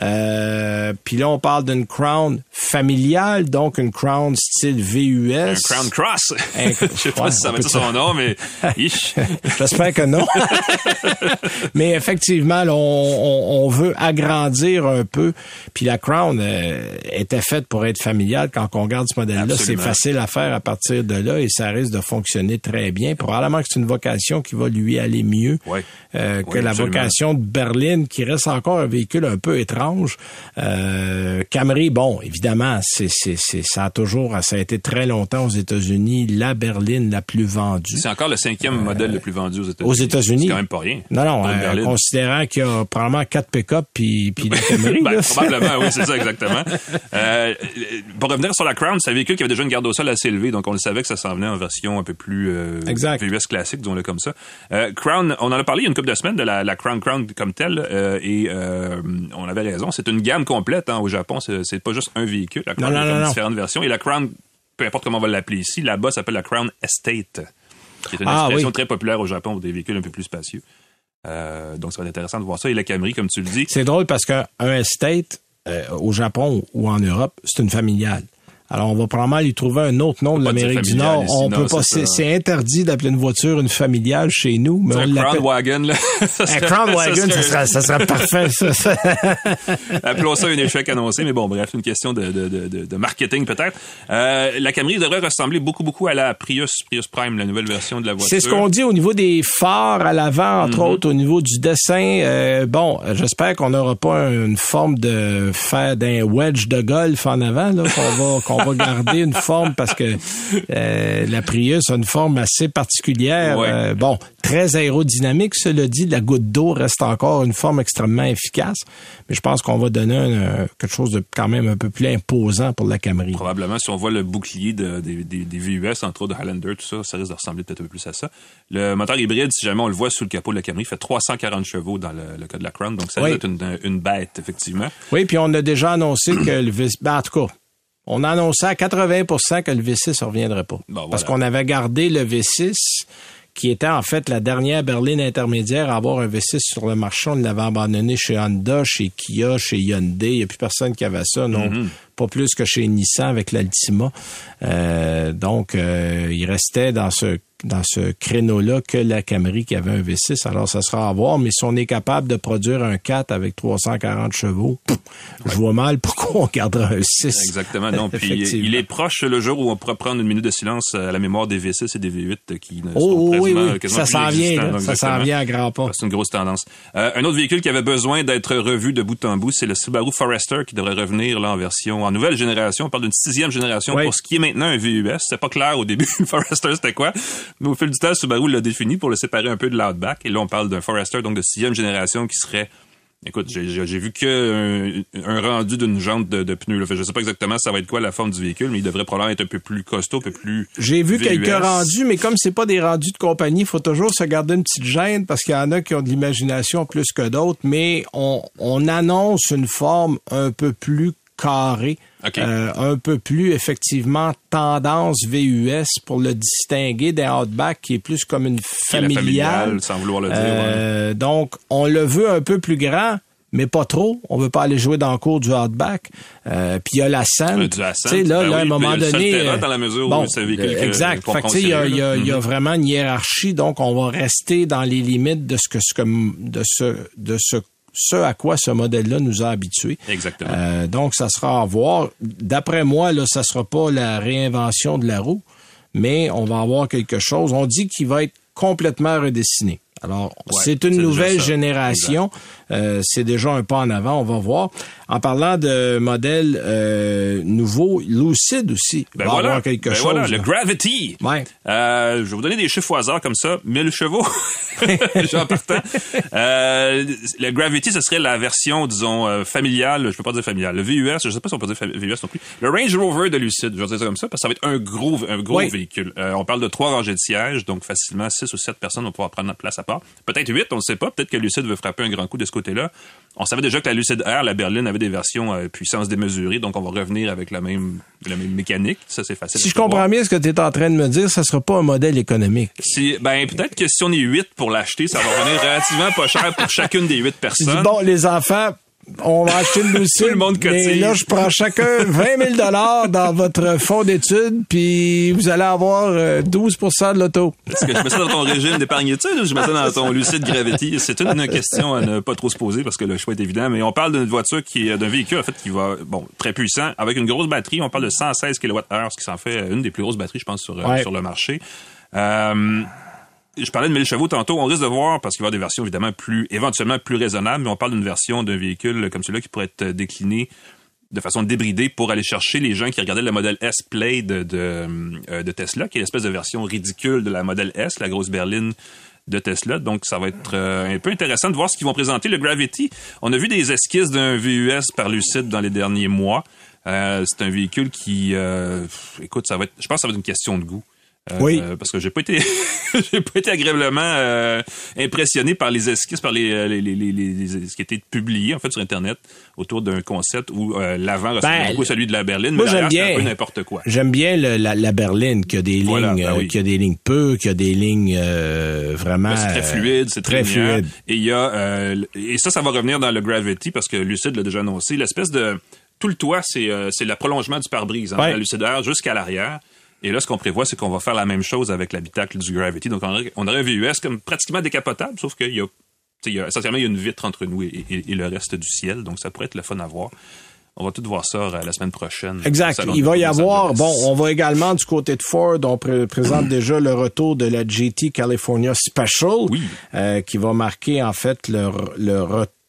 Speaker 3: Puis là, on parle d'une Crown familiale, donc une Crown style VUS.
Speaker 4: Un Crown Cross. Je sais pas si ça va être son nom, mais...
Speaker 3: J'espère que non. Mais effectivement, là, on veut agrandir un peu. Puis la Crown était faite pour être familiale. Quand on regarde ce modèle-là, c'est facile à faire à partir de là et ça risque de fonctionner très bien. Probablement que c'est une vocation qui va lui aller mieux que la vocation de berline, qui reste encore un véhicule un peu étrange. Camry, bon, évidemment, ça a été très longtemps aux États-Unis la berline la plus vendue.
Speaker 4: C'est encore le 5e modèle le plus vendu aux États-Unis.
Speaker 3: Aux États-Unis.
Speaker 4: C'est quand même pas rien.
Speaker 3: Non, considérant qu'il y a probablement 4 pick-up puis la Camry.
Speaker 4: Probablement, oui, c'est ça, exactement. Pour revenir sur la Crown, c'est un véhicule qui avait déjà une garde au sol assez élevée, donc on le savait que ça s'en venait en version un peu plus VUS classique, disons-le comme ça. Crown, on en a parlé il y a une couple de semaines de la Crown comme telle, et on avait raison. C'est une gamme complète au Japon. C'est pas juste un véhicule. La Crown a différentes versions. Et la Crown, peu importe comment on va l'appeler ici, là-bas, ça s'appelle la Crown Estate, qui est une expression très populaire au Japon pour des véhicules un peu plus spacieux. Donc, ça va être intéressant de voir ça. Et la Camry, comme tu le dis.
Speaker 3: C'est drôle parce qu'un Estate, au Japon ou en Europe, c'est une familiale. Alors, on va probablement lui trouver un autre nom de l'Amérique du Nord. Ici, on peut pas, c'est interdit d'appeler une voiture une familiale chez nous. Mais
Speaker 4: un Crown Wagon, là.
Speaker 3: Un Crown Wagon, ça serait parfait, ça.
Speaker 4: Appelons ça un échec annoncé, mais bon, bref, une question de marketing, peut-être. La Camry devrait ressembler beaucoup à la Prius Prime, la nouvelle version de la voiture.
Speaker 3: C'est ce qu'on dit au niveau des phares à l'avant, entre autres, au niveau du dessin. Bon, j'espère qu'on n'aura pas une forme de faire d'un wedge de golf en avant, là, qu'on va garder une forme parce que la Prius a une forme assez particulière. Bon, très aérodynamique, cela dit. La goutte d'eau reste encore une forme extrêmement efficace. Mais je pense qu'on va donner quelque chose de quand même un peu plus imposant pour la Camry.
Speaker 4: Probablement, si on voit le bouclier des VUS, entre autres de Highlander, tout ça, ça risque de ressembler peut-être un peu plus à ça. Le moteur hybride, si jamais on le voit sous le capot de la Camry, fait 340 chevaux dans le cas de la Crown. Donc, ça risque d'être une bête, effectivement.
Speaker 3: Oui, puis on a déjà annoncé que le V6... en tout cas, on a annoncé à 80% que le V6 ne reviendrait pas. Parce qu'on avait gardé le V6 qui était en fait la dernière berline intermédiaire à avoir un V6 sur le marché. On l'avait abandonné chez Honda, chez Kia, chez Hyundai. Il n'y a plus personne qui avait ça, non. Pas plus que chez Nissan avec l'Altima. Donc, il restait dans ce créneau-là que la Camry qui avait un V6. Alors, ça sera à voir. Mais si on est capable de produire un 4 avec 340 chevaux, je vois mal pourquoi on gardera un 6.
Speaker 4: Exactement. Non, puis il est proche le jour où on pourra prendre une minute de silence à la mémoire des V6 et des V8 qui sont quasiment
Speaker 3: ça s'en vient, là. Ça s'en vient à grands pas.
Speaker 4: C'est une grosse tendance. Un autre véhicule qui avait besoin d'être revu de bout en bout, c'est le Subaru Forester qui devrait revenir là en version, en nouvelle génération. On parle d'une 6e génération pour ce qui est maintenant un VUS. C'est pas clair au début, le Forester c'était quoi. Mais au fil du temps, Subaru l'a défini pour le séparer un peu de l'Outback. Et là, on parle d'un Forester, donc de 6e génération qui serait... Écoute, j'ai vu que un rendu d'une jante de pneus. Là. Je sais pas exactement ça va être quoi la forme du véhicule, mais il devrait probablement être un peu plus costaud, un peu plus...
Speaker 3: J'ai vu quelques rendus, mais comme c'est pas des rendus de compagnie, il faut toujours se garder une petite gêne parce qu'il y en a qui ont de l'imagination plus que d'autres, mais on annonce une forme un peu plus carré, un peu plus effectivement tendance VUS pour le distinguer d'un Outback qui est plus comme une familiale,
Speaker 4: sans vouloir le dire.
Speaker 3: Donc, on le veut un peu plus grand, mais pas trop. On veut pas aller jouer dans le cours du Outback. Puis il y a l'Ascent. Tu sais, là, à un moment donné...
Speaker 4: dans la mesure où c'est un véhicule
Speaker 3: exact. Fait que, tu sais, il y a vraiment une hiérarchie, donc on va rester dans les limites de ce à quoi ce modèle-là nous a habitués.
Speaker 4: Exactement.
Speaker 3: Donc, ça sera à voir. D'après moi, là, ça sera pas la réinvention de la roue, mais on va avoir quelque chose. On dit qu'il va être complètement redessiné. Alors, c'est une nouvelle génération. C'est déjà un pas en avant, on va voir. En parlant de modèles nouveaux, Lucid aussi va avoir quelque chose.
Speaker 4: Voilà, le Gravity.
Speaker 3: Ouais.
Speaker 4: Je vais vous donner des chiffres au hasard comme ça. 1000 chevaux. Déjà en partant. Le Gravity, ce serait la version, disons, familiale. Je peux pas dire familiale. Le VUS, je sais pas si on peut dire VUS non plus. Le Range Rover de Lucid, je vais dire ça comme ça, parce que ça va être un gros véhicule. On parle de 3 rangées de sièges, donc facilement 6 ou 7 personnes vont pouvoir prendre notre place à part. Peut-être 8, on ne sait pas. Peut-être que Lucid veut frapper un grand coup de ce côté-là. On savait déjà que la Lucid Air, la berline, avait des versions puissance démesurée, donc on va revenir avec la même mécanique. Ça, c'est facile.
Speaker 3: Si je comprends bien ce que tu es en train de me dire, ça sera pas un modèle économique.
Speaker 4: Peut-être que si on est 8 pour l'acheter, ça va revenir relativement pas cher pour chacune des 8 personnes.
Speaker 3: Bon, les enfants... On va acheter une Lucid,
Speaker 4: tout le monde cotise.
Speaker 3: Mais là, je prends chacun 20 000 $ dans votre fonds d'études, puis vous allez avoir 12% de l'auto.
Speaker 4: Est-ce que je mets ça dans ton régime d'épargne-études ou je mets ça dans ton Lucid Gravity? C'est une question à ne pas trop se poser parce que le choix est évident, mais on parle d'une voiture d'un véhicule, en fait, qui va, très puissant, avec une grosse batterie. On parle de 116 kWh, ce qui s'en fait une des plus grosses batteries, je pense, sur le marché. Je parlais de 1000 chevaux tantôt. On risque de voir, parce qu'il va y avoir des versions évidemment éventuellement plus raisonnables, mais on parle d'une version d'un véhicule comme celui-là qui pourrait être décliné de façon débridée pour aller chercher les gens qui regardaient le modèle S-Plaid de Tesla, qui est l'espèce de version ridicule de la modèle S, la grosse berline de Tesla. Donc, ça va être un peu intéressant de voir ce qu'ils vont présenter. Le Gravity, on a vu des esquisses d'un VUS par Lucid dans les derniers mois. C'est un véhicule qui, écoute, je pense que ça va être une question de goût.
Speaker 3: Oui.
Speaker 4: Parce que j'ai pas été agréablement impressionné par les esquisses, par ce qui a été publié en fait sur Internet autour d'un concept où l'avant ressemble beaucoup à celui de la berline, mais derrière c'est un peu n'importe quoi.
Speaker 3: J'aime bien la berline qui a des lignes, qui a des lignes peu, qui a des lignes vraiment.
Speaker 4: C'est très fluide, c'est très fluide. Et il y a et ça va revenir dans le Gravity parce que Lucid l'a déjà annoncé. L'espèce de tout le toit, c'est le prolongement du pare-brise, hein, de la Lucid Air jusqu'à l'arrière. Et là, ce qu'on prévoit, c'est qu'on va faire la même chose avec l'habitacle du Gravity. Donc, on aurait un VUS comme pratiquement décapotable, sauf qu'il y a essentiellement une vitre entre nous et le reste du ciel. Donc, ça pourrait être le fun à voir. On va tout voir ça la semaine prochaine.
Speaker 3: Exact. Il va y avoir... Bon, on va également, du côté de Ford, on présente déjà le retour de la GT California Special, qui va marquer, en fait, le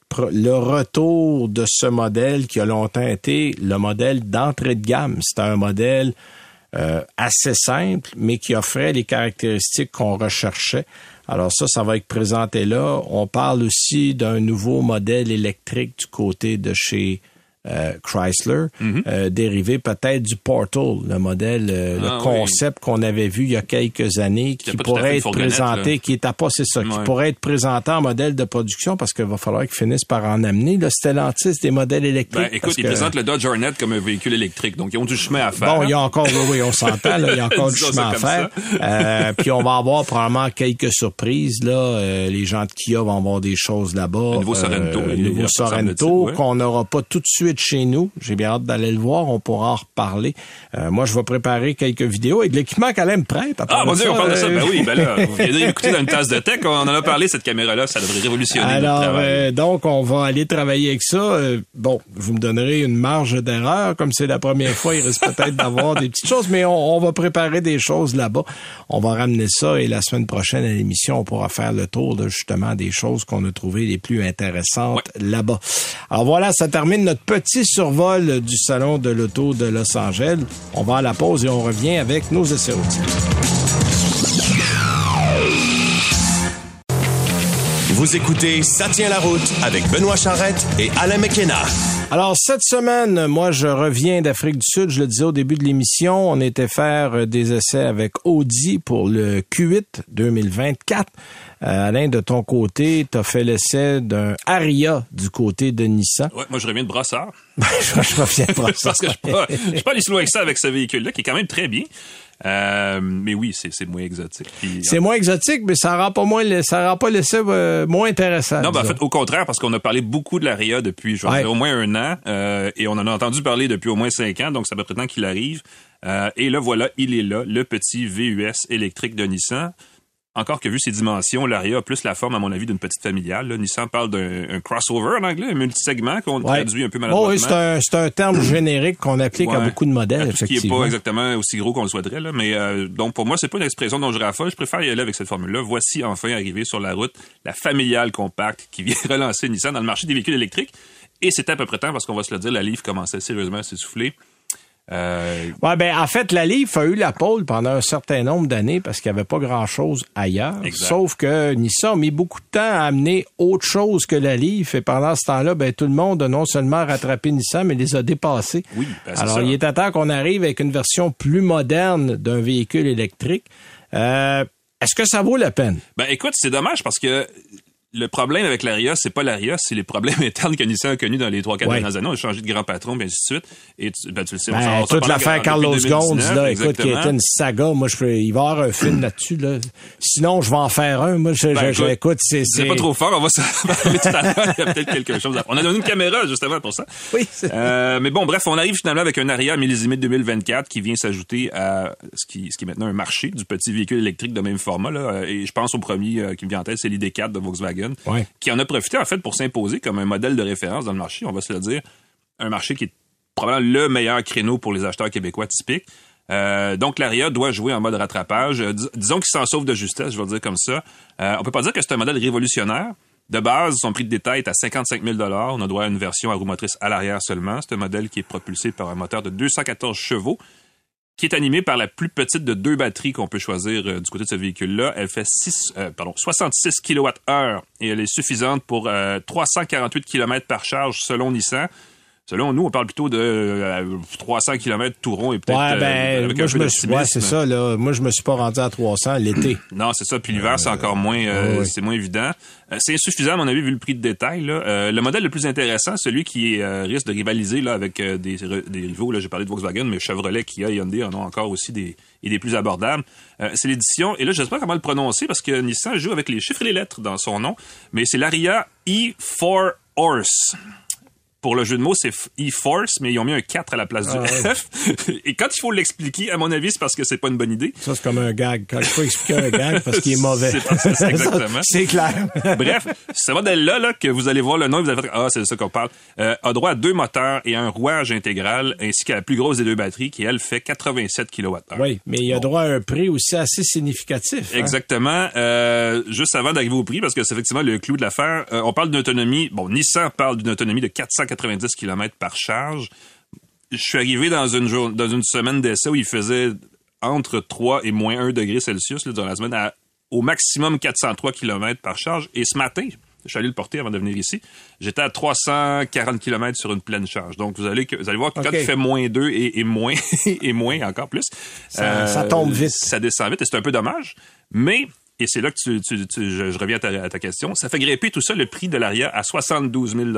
Speaker 3: retour de ce modèle qui a longtemps été le modèle d'entrée de gamme. C'était un modèle assez simple, mais qui offrait les caractéristiques qu'on recherchait. Alors ça va être présenté là. On parle aussi d'un nouveau modèle électrique du côté de chez Chrysler, dérivé peut-être du Portal, le modèle, le concept qu'on avait vu il y a quelques années, qui pourrait être présenté, qui pourrait être présenté en modèle de production parce qu'il va falloir qu'ils finissent par en amener. Là, Stellantis, des modèles électriques.
Speaker 4: Ben, écoute, ils présentent le Dodge Hornet comme un véhicule électrique, donc ils ont du chemin à faire.
Speaker 3: Bon, il y a encore, oui, on s'entend, là, il y a encore du chemin à faire. Puis on va avoir probablement quelques surprises, là. Les gens de Kia vont avoir des choses là-bas.
Speaker 4: Le nouveau
Speaker 3: Sorento, qu'on n'aura pas tout de suite chez nous. J'ai bien hâte d'aller le voir. On pourra en reparler. Moi, je vais préparer quelques vidéos et de l'équipement qu'elle me prête.
Speaker 4: Mon Dieu, on parle de ça. Ben oui, ben là, vous venez d'écouter dans une tasse de tech. On en a parlé, cette caméra-là. Ça devrait révolutionner notre travail.
Speaker 3: Donc, on va aller travailler avec ça. Bon, vous me donnerez une marge d'erreur. Comme c'est la première fois, il risque peut-être d'avoir des petites choses, mais on va préparer des choses là-bas. On va ramener ça et la semaine prochaine à l'émission, on pourra faire le tour de justement des choses qu'on a trouvées les plus intéressantes là-bas. Alors voilà, ça termine notre petit survol du Salon de l'Auto de Los Angeles. On va à la pause et on revient avec nos essais routiers.
Speaker 2: Vous écoutez Ça tient la route avec Benoît Charrette et Alain McKenna.
Speaker 3: Alors, cette semaine, moi, je reviens d'Afrique du Sud. Je le disais au début de l'émission, on était faire des essais avec Audi pour le Q8 2024. Alain, de ton côté, t'as fait l'essai d'un Ariya du côté de Nissan.
Speaker 4: Ouais, moi, je reviens de Brossard.
Speaker 3: je reviens de Brossard.
Speaker 4: Parce que je suis pas allé si loin que ça avec ce véhicule-là, qui est quand même très bien. Mais oui, c'est moins exotique. Puis,
Speaker 3: c'est moins exotique, mais ça rend pas l'essai moins intéressant.
Speaker 4: Non, ben, en fait, au contraire, parce qu'on a parlé beaucoup de l'Ariya depuis, je vais dire, au moins 1 an, et on en a entendu parler depuis au moins 5 ans, donc ça fait près de temps qu'il arrive. Et là, voilà, il est là, le petit VUS électrique de Nissan. Encore que vu ses dimensions, l'Ariya a plus la forme, à mon avis, d'une petite familiale. Là, Nissan parle d'un crossover en anglais, un multisegment qu'on traduit un peu maladroitement.
Speaker 3: Oui, c'est un terme générique qu'on applique à beaucoup de modèles, effectivement.
Speaker 4: Qui n'est pas exactement aussi gros qu'on le souhaiterait. Là, mais donc, pour moi, c'est pas une expression dont je raffole. Je préfère y aller avec cette formule-là. Voici enfin arrivé sur la route la familiale compacte qui vient relancer Nissan dans le marché des véhicules électriques. Et c'était à peu près temps, parce qu'on va se le dire, la Leaf commençait sérieusement à s'essouffler.
Speaker 3: En fait, la Leaf a eu la pole pendant un certain nombre d'années parce qu'il n'y avait pas grand-chose ailleurs.
Speaker 4: Exact.
Speaker 3: Sauf que Nissan a mis beaucoup de temps à amener autre chose que la Leaf. Et pendant ce temps-là, tout le monde a non seulement rattrapé Nissan, mais les a dépassés.
Speaker 4: Oui, c'est
Speaker 3: Alors,
Speaker 4: ça.
Speaker 3: il est à temps qu'on arrive avec une version plus moderne d'un véhicule électrique. Est-ce que ça vaut la peine?
Speaker 4: Écoute, c'est dommage parce que le problème avec l'Ariya, c'est pas l'Ariya, c'est les problèmes internes que Nissan a connus dans les 3-4 dernières années. On a changé de grand patron, puis ainsi de suite. Et tu le sais,
Speaker 3: toute l'affaire Carlos Ghosn, là, écoute, qui était une saga. Moi, il va y avoir un film là-dessus, là. Sinon, je vais en faire un. Moi, écoute, c'est
Speaker 4: pas trop fort, on va s'en parler tout à l'heure. Il y a peut-être quelque chose on a donné une caméra, justement, pour ça.
Speaker 3: Oui.
Speaker 4: Mais bon, bref, on arrive finalement avec un Ariya millésimé 2024 qui vient s'ajouter à ce qui est maintenant un marché du petit véhicule électrique de même format, là. Et je pense au premier qui me vient en tête, c'est l'ID4 de Volkswagen. Qui en a profité, en fait, pour s'imposer comme un modèle de référence dans le marché, on va se le dire. Un marché qui est probablement le meilleur créneau pour les acheteurs québécois typiques. Donc, l'Ariya doit jouer en mode rattrapage. Disons qu'il s'en sauve de justesse, je vais le dire comme ça. On peut pas dire que c'est un modèle révolutionnaire. De base, son prix de détail est à 55 000 $. On a droit à une version à roue motrice à l'arrière seulement. C'est un modèle qui est propulsé par un moteur de 214 chevaux. Qui est animé par la plus petite de 2 batteries qu'on peut choisir du côté de ce véhicule-là. Elle fait 66 kWh et elle est suffisante pour 348 km par charge selon Nissan. Selon nous, on parle plutôt de 300 km tout rond et peut-être avec
Speaker 3: moi,
Speaker 4: un peu d'optimisme.
Speaker 3: c'est ça, là. Moi, je me suis pas rendu à 300 l'été.
Speaker 4: Non, c'est ça. Puis l'hiver, c'est encore moins, c'est moins évident. C'est insuffisant, à mon avis, vu le prix de détail, là. Le modèle le plus intéressant, celui qui risque de rivaliser, là, avec des rivaux, là, j'ai parlé de Volkswagen, mais Chevrolet, Kia et Hyundai en ont encore aussi des plus abordables. C'est l'édition, et là, je sais pas comment le prononcer parce que Nissan joue avec les chiffres et les lettres dans son nom, mais c'est l'Ariya E4 Horse. Pour le jeu de mots, c'est E-Force, mais ils ont mis un 4 à la place du F. Et quand il faut l'expliquer, à mon avis, c'est parce que c'est pas une bonne idée.
Speaker 3: Ça, c'est comme un gag. Quand il faut expliquer un gag, parce qu'il est mauvais.
Speaker 4: C'est exactement.
Speaker 3: C'est clair.
Speaker 4: Bref, ce modèle-là, là, que vous allez voir le nom, vous allez faire, c'est de ça qu'on parle, a droit à 2 moteurs et un rouage intégral, ainsi qu'à la plus grosse des 2 batteries, qui, elle, fait 87 kWh.
Speaker 3: Oui, mais il a droit à un prix aussi assez significatif.
Speaker 4: Exactement. Juste avant d'arriver au prix, parce que c'est effectivement le clou de l'affaire, on parle d'une autonomie, Nissan parle d'une autonomie de 490 km par charge. Je suis arrivé dans une semaine d'essai où il faisait entre 3 et moins 1 degré Celsius là, durant la semaine, au maximum 403 km par charge. Et ce matin, je suis allé le porter avant de venir ici. J'étais à 340 km sur une pleine charge. Donc, vous allez voir que quand il fait -2 et moins, et moins encore plus,
Speaker 3: ça tombe vite.
Speaker 4: Ça descend vite et c'est un peu dommage. Mais, et c'est là que je reviens à ta question, ça fait grimper tout ça le prix de l'Aria à 72 000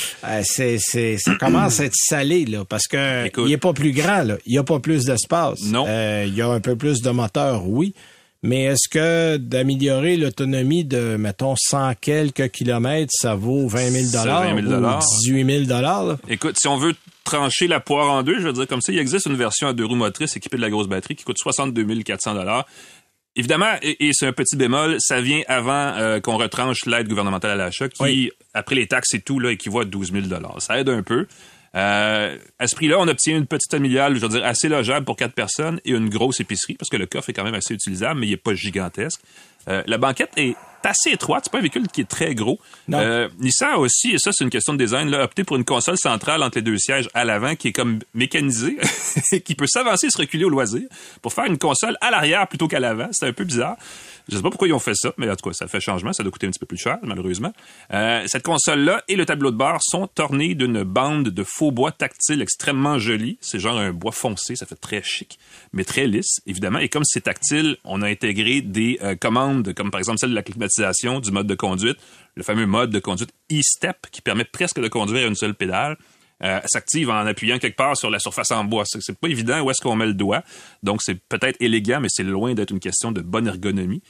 Speaker 3: ça commence à être salé, là, parce que il est pas plus grand, là. Il y a pas plus d'espace.
Speaker 4: Non.
Speaker 3: Il y a un peu plus de moteur, oui. Mais est-ce que d'améliorer l'autonomie de, mettons, 100 quelques kilomètres, ça vaut 20 000 ou 18 000 là?
Speaker 4: Écoute, si on veut trancher la poire en deux, je veux dire comme ça, il existe une version à 2 roues motrices équipée de la grosse batterie qui coûte 62 400 $. Évidemment, et c'est un petit bémol, ça vient avant qu'on retranche l'aide gouvernementale à l'achat qui, après les taxes et tout, là, équivaut à 12 000 $. Ça aide un peu. À ce prix-là, on obtient une petite familiale, je veux dire, assez logeable pour 4 personnes et une grosse épicerie, parce que le coffre est quand même assez utilisable, mais il n'est pas gigantesque. La banquette est assez étroite, c'est pas un véhicule qui est très gros. Nissan a aussi, et ça c'est une question de design, là, opté pour une console centrale entre les deux sièges à l'avant qui est comme mécanisée, qui peut s'avancer et se reculer au loisir pour faire une console à l'arrière plutôt qu'à l'avant. C'est un peu bizarre. Je sais pas pourquoi ils ont fait ça, mais en tout cas, ça fait changement. Ça doit coûter un petit peu plus cher, malheureusement. Cette console-là et le tableau de bord sont ornés d'une bande de faux bois tactile extrêmement jolie. C'est genre un bois foncé, ça fait très chic, mais très lisse, évidemment. Et comme c'est tactile, on a intégré des commandes, comme par exemple celle de la climatisation, du mode de conduite, le fameux mode de conduite e-step, qui permet presque de conduire à une seule pédale. S'active en appuyant quelque part sur la surface en bois. C'est pas évident où est-ce qu'on met le doigt. Donc, c'est peut-être élégant, mais c'est loin d'être une question de bonne ergonomie.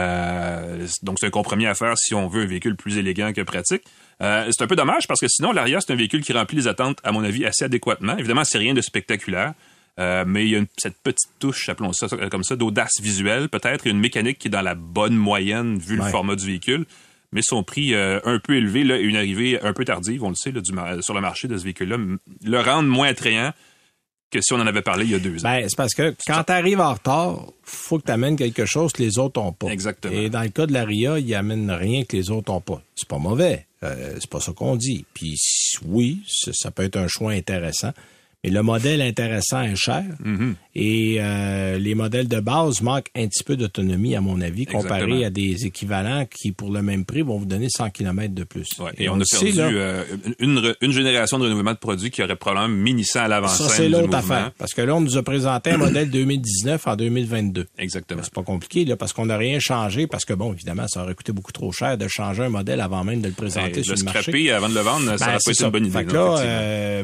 Speaker 4: Donc, c'est un compromis à faire si on veut un véhicule plus élégant que pratique. C'est un peu dommage parce que sinon, l'Aria, c'est un véhicule qui remplit les attentes, à mon avis, assez adéquatement. Évidemment, c'est rien de spectaculaire. Mais il y a cette petite touche, appelons ça comme ça, d'audace visuelle, peut-être, et une mécanique qui est dans la bonne moyenne, vu le format du véhicule. Mais son prix un peu élevé, là, et une arrivée un peu tardive, on le sait, là, sur le marché de ce véhicule-là, le rendent moins attrayant que si on en avait parlé il y a 2 ans.
Speaker 3: Ben, c'est parce que quand tu arrives en retard, faut que tu amènes quelque chose que les autres n'ont pas.
Speaker 4: Exactement.
Speaker 3: Et dans le cas de l'Aria, il amène rien que les autres n'ont pas. C'est pas mauvais. C'est pas ça qu'on dit. Puis oui, ça peut être un choix intéressant. Mais le modèle intéressant est cher. Mm-hmm. Et les modèles de base manquent un petit peu d'autonomie, à mon avis, comparé à des équivalents qui, pour le même prix, vont vous donner 100 km de plus.
Speaker 4: Ouais, et on a perdu une génération de renouvellement de produits qui aurait probablement mis Nissan à l'avant-scène.
Speaker 3: Ça, c'est l'autre affaire. Parce que là, on nous a présenté un modèle 2019 en 2022.
Speaker 4: Exactement.
Speaker 3: Mais c'est pas compliqué, là, parce qu'on n'a rien changé. Parce que, bon, évidemment, ça aurait coûté beaucoup trop cher de changer un modèle avant même de le présenter sur le marché.
Speaker 4: Le scraper avant de le vendre, ça n'aurait pas été une bonne idée.
Speaker 3: Fait que là,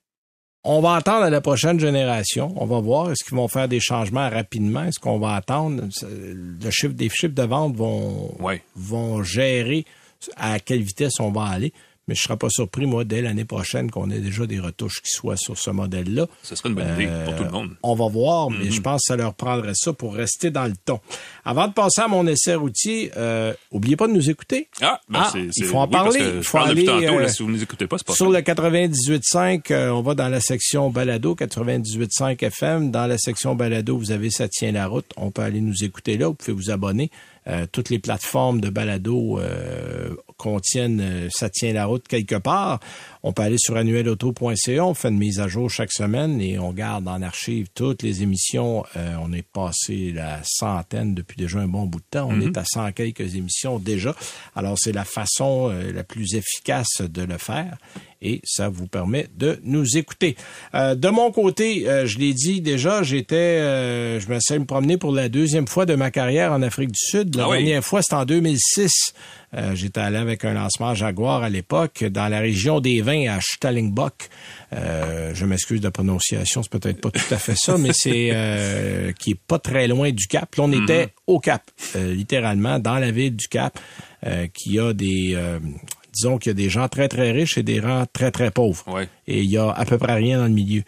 Speaker 3: on va attendre à la prochaine génération. On va voir. Est-ce qu'ils vont faire des changements rapidement? Est-ce qu'on va attendre? Des chiffres de vente vont gérer à quelle vitesse on va aller. Mais je ne serais pas surpris, moi, dès l'année prochaine, qu'on ait déjà des retouches qui soient sur ce modèle-là.
Speaker 4: Ce serait une bonne idée pour tout le monde.
Speaker 3: On va voir, mais je pense que ça leur prendrait ça pour rester dans le ton. Avant de passer à mon essai routier, oubliez pas de nous écouter.
Speaker 4: Il
Speaker 3: faut en parler. Il faut aller
Speaker 4: tantôt, si vous ne nous écoutez pas, c'est pas
Speaker 3: sur le 98.5, on va dans la section balado, 98.5 FM. Dans la section balado, vous avez Ça tient la route. On peut aller nous écouter là. Vous pouvez vous abonner. Toutes les plateformes de balado contiennent Ça tient la route quelque part. On peut aller sur annuelauto.ca, on fait une mise à jour chaque semaine et on garde en archive toutes les émissions. On est passé la centaine depuis déjà un bon bout de temps. On est à 100 quelques émissions déjà. Alors, c'est la façon la plus efficace de le faire et ça vous permet de nous écouter. De mon côté, je l'ai dit déjà, je me suis promené pour la deuxième fois de ma carrière en Afrique du Sud. La dernière fois, c'était en 2006. J'étais allé avec un lancement Jaguar à l'époque dans la région des vins à Stellenbosch. Je m'excuse de la prononciation, c'est peut-être pas tout à fait ça, mais c'est qui est pas très loin du Cap. Là, on était au Cap, littéralement, dans la ville du Cap, qui a des... disons qu'il y a des gens très, très riches et des gens très, très pauvres. Ouais. Et il y a à peu près rien dans le milieu.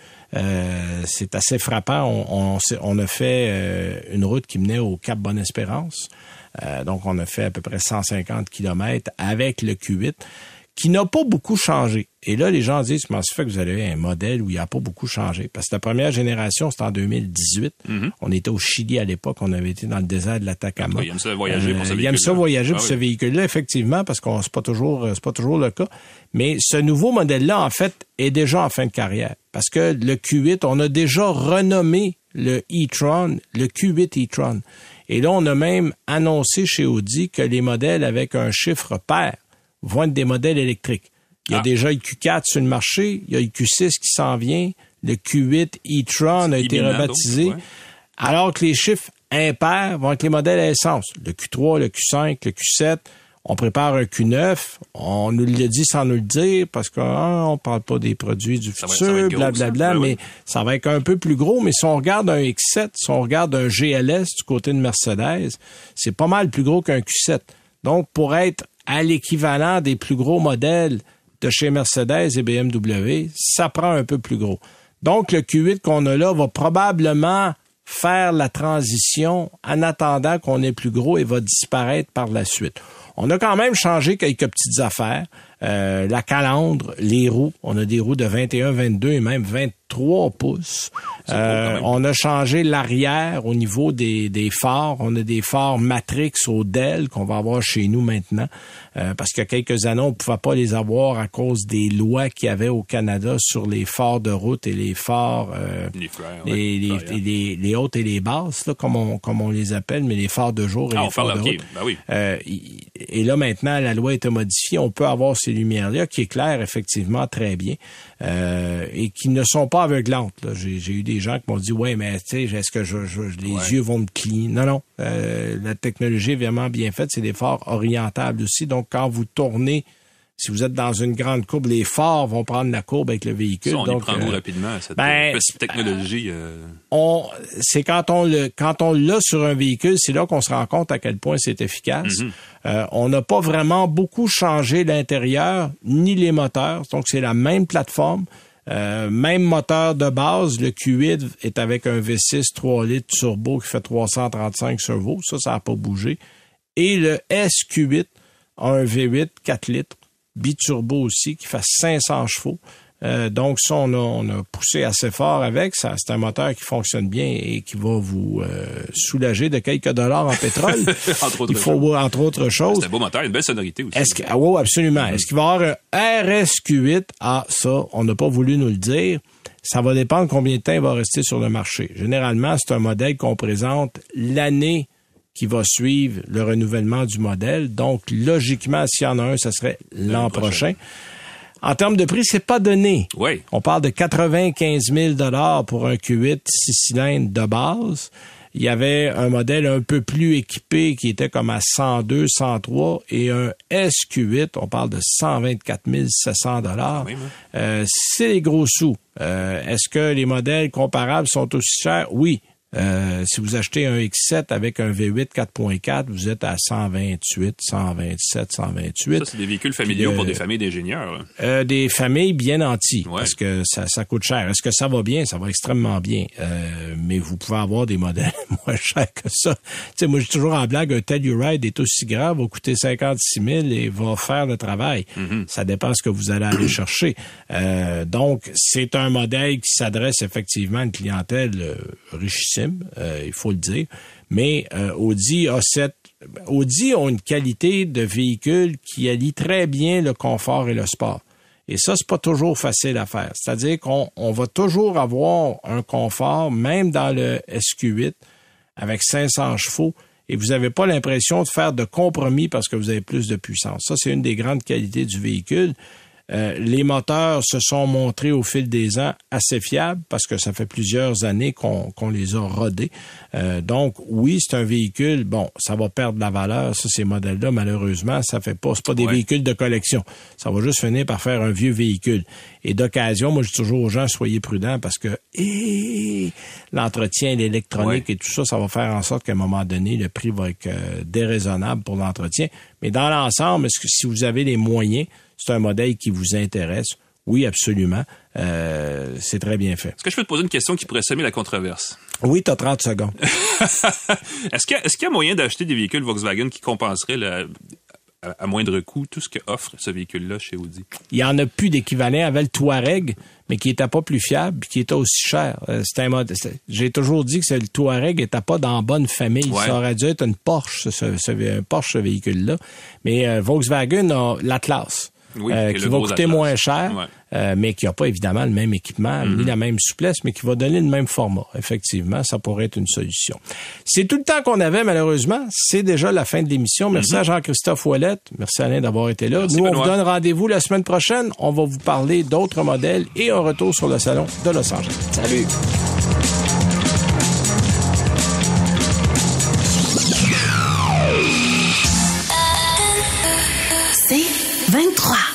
Speaker 3: C'est assez frappant. On a fait une route qui menait au Cap Bonne-Espérance. Donc, on a fait à peu près 150 km avec le Q8, qui n'a pas beaucoup changé. Et là, les gens disent, comment ça fait que vous avez un modèle où il n'a pas beaucoup changé? Parce que la première génération, c'était en 2018. On était au Chili à l'époque. On avait été dans le désert de l'Atacama.
Speaker 4: Il aime ça voyager pour ce véhicule-là.
Speaker 3: Il aime ça voyager pour ce véhicule-là, effectivement, parce qu'on c'est pas toujours le cas. Mais ce nouveau modèle-là, en fait, est déjà en fin de carrière. Parce que le Q8, on a déjà renommé le e-tron, le Q8 e-tron. Et là, on a même annoncé chez Audi que les modèles avec un chiffre pair vont être des modèles électriques. Il y a déjà le Q4 sur le marché, il y a le Q6 qui s'en vient, le Q8 e-tron a été rebaptisé, donc, alors que les chiffres impairs vont être les modèles à essence. Le Q3, le Q5, le Q7, on prépare un Q9, on nous l'a dit sans nous le dire, parce qu'on parle pas des produits du futur, blablabla, mais ça va être un peu plus gros. Mais si on regarde un X7, si on regarde un GLS du côté de Mercedes, c'est pas mal plus gros qu'un Q7. Donc, pour être à l'équivalent des plus gros modèles de chez Mercedes et BMW, ça prend un peu plus gros. Donc, le Q8 qu'on a là va probablement faire la transition en attendant qu'on ait plus gros et va disparaître par la suite. On a quand même changé quelques petites affaires. La calandre, les roues. On a des roues de 21, 22 et même 23 pouces. On a changé l'arrière au niveau des phares. On a des phares Matrix au DEL qu'on va avoir chez nous maintenant. Parce qu'il y a quelques années, on ne pouvait pas les avoir à cause des lois qu'il y avait au Canada sur les phares de route et les phares... les hautes et les basses, là, comme on les appelle, mais les phares de jour et les phares de route.
Speaker 4: Ben oui.
Speaker 3: Et là, maintenant, la loi a été modifiée. On peut avoir ces lumières-là qui éclairent effectivement très bien et qui ne sont pas aveuglantes. Là. J'ai eu des gens qui m'ont dit « Ouais, mais tu sais, est-ce que les yeux vont me cligner? » Non. La technologie est vraiment bien faite. C'est des phares orientables aussi. Donc, quand vous tournez, si vous êtes dans une grande courbe, les phares vont prendre la courbe avec le véhicule.
Speaker 4: Ça, on
Speaker 3: donc,
Speaker 4: y prend goût rapidement, cette petite technologie.
Speaker 3: C'est quand on l'a sur un véhicule, c'est là qu'on se rend compte à quel point c'est efficace. Mm-hmm. On n'a pas vraiment beaucoup changé l'intérieur ni les moteurs. Donc, c'est la même plateforme. Même moteur de base, le Q8 est avec un V6 3 litres turbo qui fait 335 chevaux. Ça n'a pas bougé. Et le SQ8 a un V8 4 litres, biturbo aussi, qui fait 500 chevaux. Donc ça, on a poussé assez fort avec. Ça, c'est un moteur qui fonctionne bien et qui va vous soulager de quelques dollars en pétrole. Entre autres choses.
Speaker 4: C'est un beau moteur, une belle sonorité aussi.
Speaker 3: Oui, absolument. Est-ce qu'il va y avoir un RSQ8? Ah, ça, on n'a pas voulu nous le dire. Ça va dépendre combien de temps il va rester sur le marché. Généralement, c'est un modèle qu'on présente l'année qui va suivre le renouvellement du modèle. Donc, logiquement, s'il y en a un, ça serait l'an prochain. En termes de prix, c'est pas donné.
Speaker 4: Oui.
Speaker 3: On parle de 95 000 $ pour un Q8 6 cylindres de base. Il y avait un modèle un peu plus équipé qui était comme à 102, 103 et un SQ8, on parle de 124 700 $.
Speaker 4: Oui,
Speaker 3: c'est les gros sous. Est-ce que les modèles comparables sont aussi chers? Oui. Si vous achetez un X7 avec un V8 4.4, vous êtes à 128, 127, 128.
Speaker 4: Ça, c'est des véhicules familiaux pour des familles d'ingénieurs.
Speaker 3: Des familles bien nanties,
Speaker 4: ouais.
Speaker 3: Parce que ça coûte cher. Est-ce que ça va bien? Ça va extrêmement bien. Mais vous pouvez avoir des modèles moins chers que ça. Tu sais, moi, je dis toujours en blague, un Telluride est aussi grave, va coûter 56 000 et va faire le travail. Mm-hmm. Ça dépend de ce que vous allez aller chercher. Donc, c'est un modèle qui s'adresse effectivement à une clientèle richissime. Il faut le dire. Mais Audi ont une qualité de véhicule qui allie très bien le confort et le sport. Et ça, c'est pas toujours facile à faire. C'est-à-dire qu'on va toujours avoir un confort, même dans le SQ8, avec 500 chevaux, et vous n'avez pas l'impression de faire de compromis parce que vous avez plus de puissance. Ça, c'est une des grandes qualités du véhicule. Les moteurs se sont montrés au fil des ans assez fiables parce que ça fait plusieurs années qu'on les a rodés. Donc, oui, c'est un véhicule, bon, ça va perdre de la valeur, ça, ces modèles-là, malheureusement, c'est pas des véhicules de collection. Ça va juste finir par faire un vieux véhicule. Et d'occasion, moi, je dis toujours aux gens, soyez prudents parce que l'entretien, l'électronique et tout ça, ça va faire en sorte qu'à un moment donné, le prix va être déraisonnable pour l'entretien. Mais dans l'ensemble, est-ce que si vous avez les moyens, c'est un modèle qui vous intéresse? Oui, absolument. C'est très bien fait.
Speaker 4: Est-ce que je peux te poser une question qui pourrait semer la controverse?
Speaker 3: Oui, tu as 30 secondes.
Speaker 4: Est-ce qu'il y a moyen d'acheter des véhicules Volkswagen qui compenseraient à moindre coût tout ce qu'offre ce véhicule-là chez Audi?
Speaker 3: Il n'y en a plus d'équivalent avec le Touareg, mais qui n'était pas plus fiable, qui était aussi cher. J'ai toujours dit que le Touareg n'était pas dans la bonne famille. Ouais. Ça aurait dû être une Porsche, un Porsche, ce véhicule-là. Mais Volkswagen a l'Atlas. qui va coûter moins cher, mais qui n'a pas évidemment le même équipement, ni la même souplesse, mais qui va donner le même format. Effectivement, ça pourrait être une solution. C'est tout le temps qu'on avait, malheureusement. C'est déjà la fin de l'émission. Merci à Jean-Christophe Ouellette. Merci Alain d'avoir été là.
Speaker 4: Merci,
Speaker 3: Nous,
Speaker 4: Benoît.
Speaker 3: on vous donne rendez-vous la semaine prochaine. On va vous parler d'autres modèles et un retour sur le salon de Los Angeles. Salut!
Speaker 1: C'est 23.